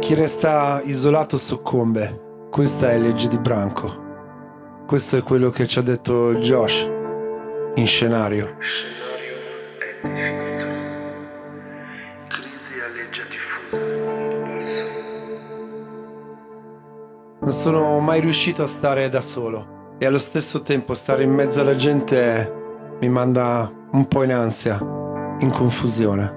Chi resta isolato soccombe. Questa è legge di branco. Questo è quello che ci ha detto Josh in scenario. Scenario è definito. Crisi aleggia diffusa nel mondo basso. Non sono mai riuscito a stare da solo e allo stesso tempo stare in mezzo alla gente mi manda un po' in ansia, in confusione.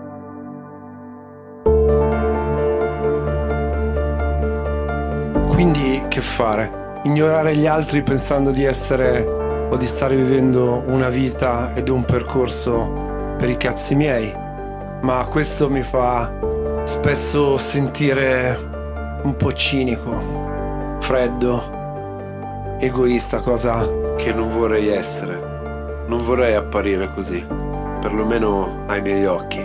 Quindi che fare? Ignorare gli altri pensando di essere o di stare vivendo una vita ed un percorso per i cazzi miei, ma questo mi fa spesso sentire un po' cinico, freddo, egoista, cosa che non vorrei essere. Non vorrei apparire così, perlomeno ai miei occhi.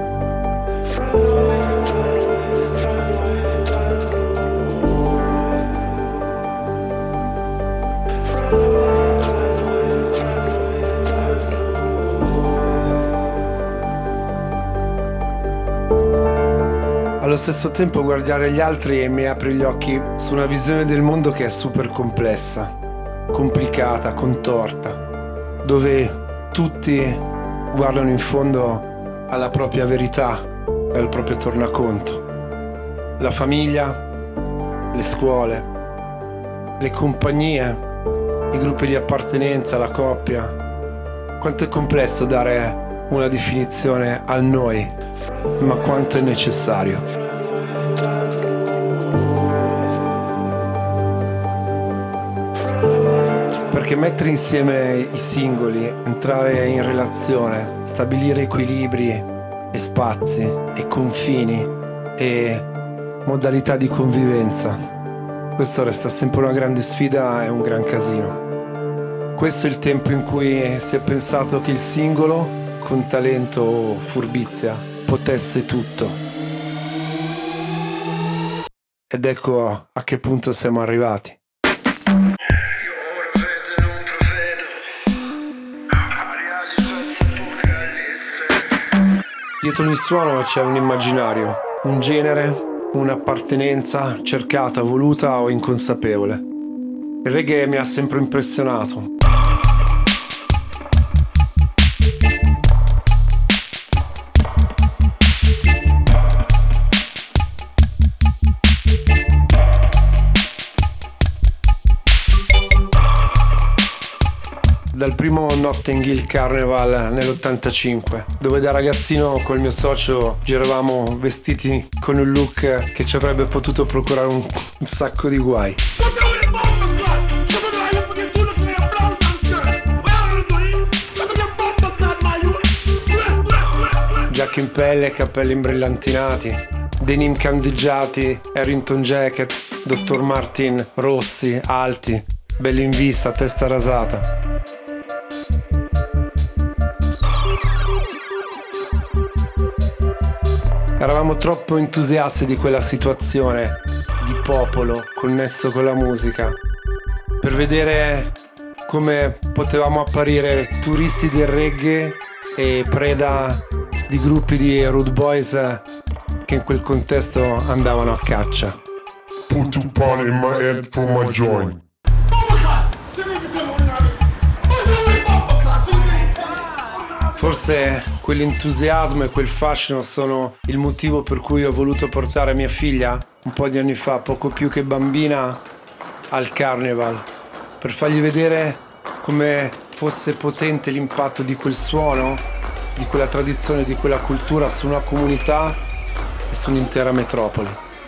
Allo stesso tempo guardare gli altri mi apre gli occhi su una visione del mondo che è super complessa, complicata, contorta, dove tutti guardano in fondo alla propria verità e al proprio tornaconto. La famiglia, le scuole, le compagnie, i gruppi di appartenenza, la coppia. Quanto è complesso dare una definizione al noi, ma quanto è necessario. Perché mettere insieme i singoli, entrare in relazione, stabilire equilibri e spazi e confini e modalità di convivenza, questo resta sempre una grande sfida e un gran casino. Questo è il tempo in cui si è pensato che il singolo, con talento o furbizia, potesse tutto. Ed ecco a che punto siamo arrivati. Dietro il suono c'è un immaginario, un genere, un'appartenenza cercata, voluta o inconsapevole. Il reggae mi ha sempre impressionato. Dal primo Notting Hill Carnival nell'85, dove da ragazzino col mio socio giravamo vestiti con un look che ci avrebbe potuto procurare un sacco di guai. Giacche in pelle, capelli imbrillantinati, denim candigiati, Harrington jacket, Dr. Martin rossi, alti, belli in vista, testa rasata. Eravamo troppo entusiasti di quella situazione di popolo connesso con la musica per vedere come potevamo apparire turisti del reggae e preda di gruppi di rude boys che in quel contesto andavano a caccia. Put your pan in my head for my joint. Forse quell'entusiasmo e quel fascino sono il motivo per cui ho voluto portare mia figlia un po' di anni fa, poco più che bambina, al Carnival, per fargli vedere come fosse potente l'impatto di quel suono, di quella tradizione, di quella cultura su una comunità e su un'intera metropoli.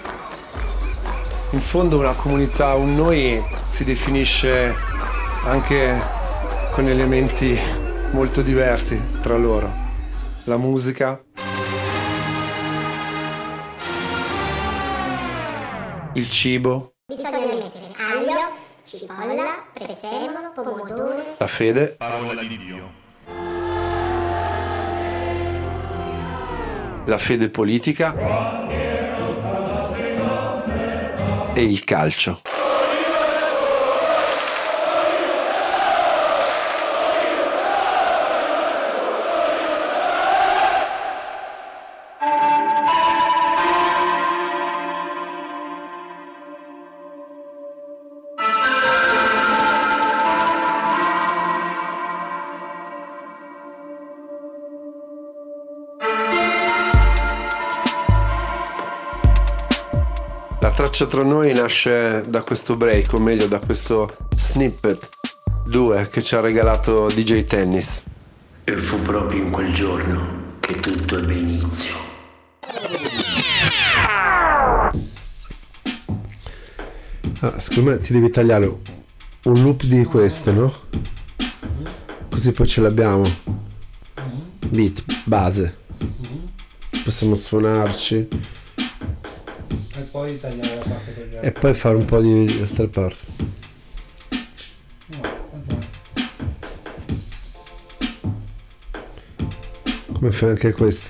In fondo una comunità, un noi, si definisce anche con elementi molto diversi tra loro. La musica, il cibo, bisogna mettere aglio, cipolla, prezzemolo, pomodoro, la fede, parola di Dio, la fede politica e il calcio. La traccia Tra Noi nasce da questo break, o meglio da questo snippet 2 che ci ha regalato DJ Tennis. E fu proprio in quel giorno che tutto ebbe inizio. Secondo me ti devi tagliare un loop di questo, no? Così poi ce l'abbiamo. Beat, base. Possiamo suonarci. E poi tagliare la parte per gli altri. E poi fare un po' di altre parti. No, vabbè. Come fai anche questo?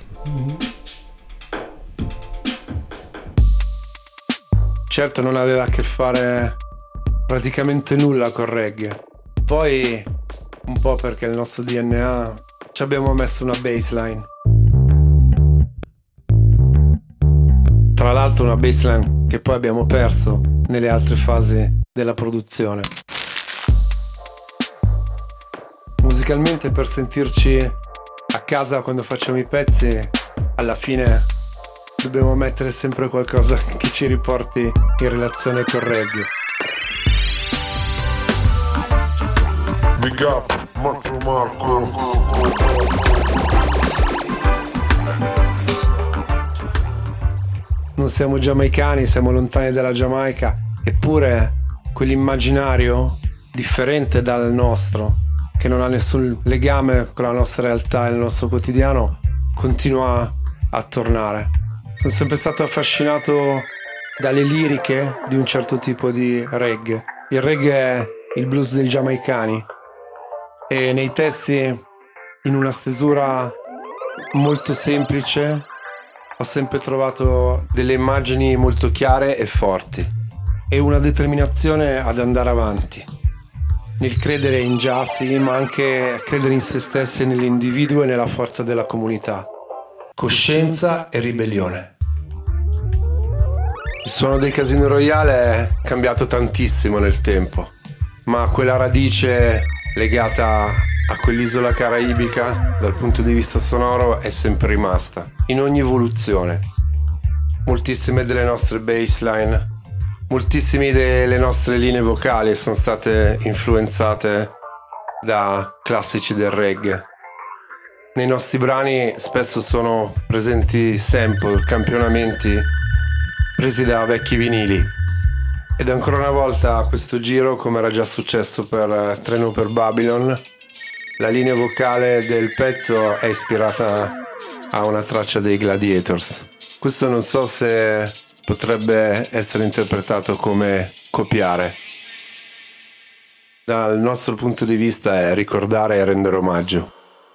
Certo non aveva a che fare praticamente nulla con reggae. Poi un po' perché il nostro DNA ci abbiamo messo una baseline. Tra l'altro una baseline che poi abbiamo perso nelle altre fasi della produzione. Musicalmente, per sentirci a casa quando facciamo i pezzi, alla fine dobbiamo mettere sempre qualcosa che ci riporti in relazione col reggae. Big up, Marco. Non siamo giamaicani, siamo lontani dalla Giamaica, eppure quell'immaginario differente dal nostro, che non ha nessun legame con la nostra realtà e il nostro quotidiano, continua a tornare. Sono sempre stato affascinato dalle liriche di un certo tipo di reggae. Il reggae è il blues dei giamaicani e nei testi, in una stesura molto semplice, ho sempre trovato delle immagini molto chiare e forti e una determinazione ad andare avanti, nel credere in già sì, ma anche credere in se stessi e nell'individuo e nella forza della comunità. Coscienza e ribellione. Il suono dei Casino Royale è cambiato tantissimo nel tempo, ma quella radice legata a quell'isola caraibica dal punto di vista sonoro è sempre rimasta, in ogni evoluzione. Moltissime delle nostre baseline, moltissime delle nostre linee vocali sono state influenzate da classici del reggae. Nei nostri brani spesso sono presenti sample, campionamenti presi da vecchi vinili. Ed ancora una volta a questo giro, come era già successo per Treno per Babylon, la linea vocale del pezzo è ispirata a una traccia dei Gladiators. Questo non so se potrebbe essere interpretato come copiare. Dal nostro punto di vista è ricordare e rendere omaggio.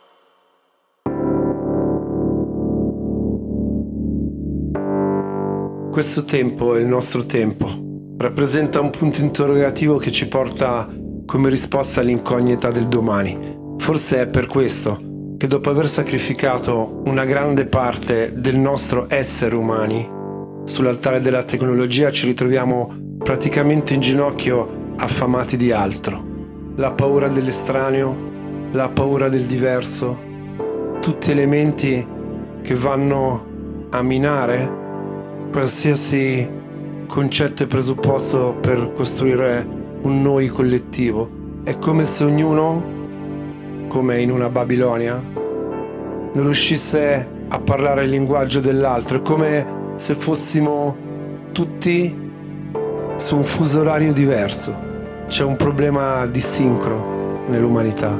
Questo tempo è il nostro tempo. Rappresenta un punto interrogativo che ci porta come risposta all'incognita del domani. Forse è per questo che dopo aver sacrificato una grande parte del nostro essere umani sull'altare della tecnologia ci ritroviamo praticamente in ginocchio affamati di altro. La paura dell'estraneo, la paura del diverso, tutti elementi che vanno a minare qualsiasi concetto e presupposto per costruire un noi collettivo. È come se ognuno, come in una Babilonia, non riuscisse a parlare il linguaggio dell'altro. È come se fossimo tutti su un fuso orario diverso. C'è un problema di sincro nell'umanità.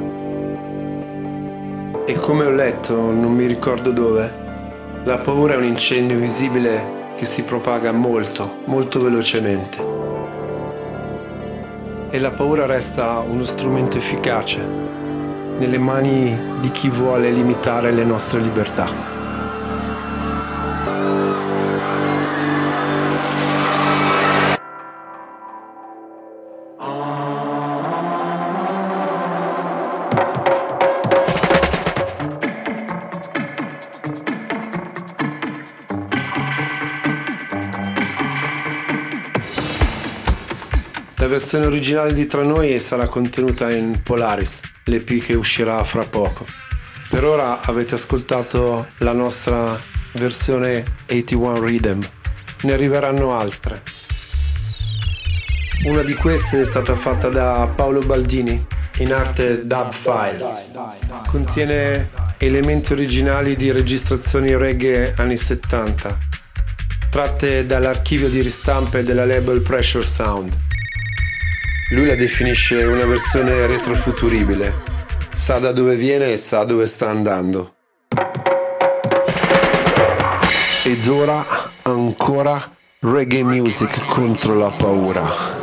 E come ho letto, non mi ricordo dove, la paura è un incendio visibile che si propaga molto, molto velocemente. E la paura resta uno strumento efficace nelle mani di chi vuole limitare le nostre libertà. La versione originale di Tra Noi sarà contenuta in Polaris, l'EP che uscirà fra poco. Per ora avete ascoltato la nostra versione 81 Rhythm, ne arriveranno altre. Una di queste è stata fatta da Paolo Baldini, in arte Dub Files. Contiene elementi originali di registrazioni reggae anni 70, tratte dall'archivio di ristampe della label Pressure Sound. Lui la definisce una versione retrofuturibile. Sa da dove viene e sa dove sta andando. Ed ora ancora reggae music contro la paura.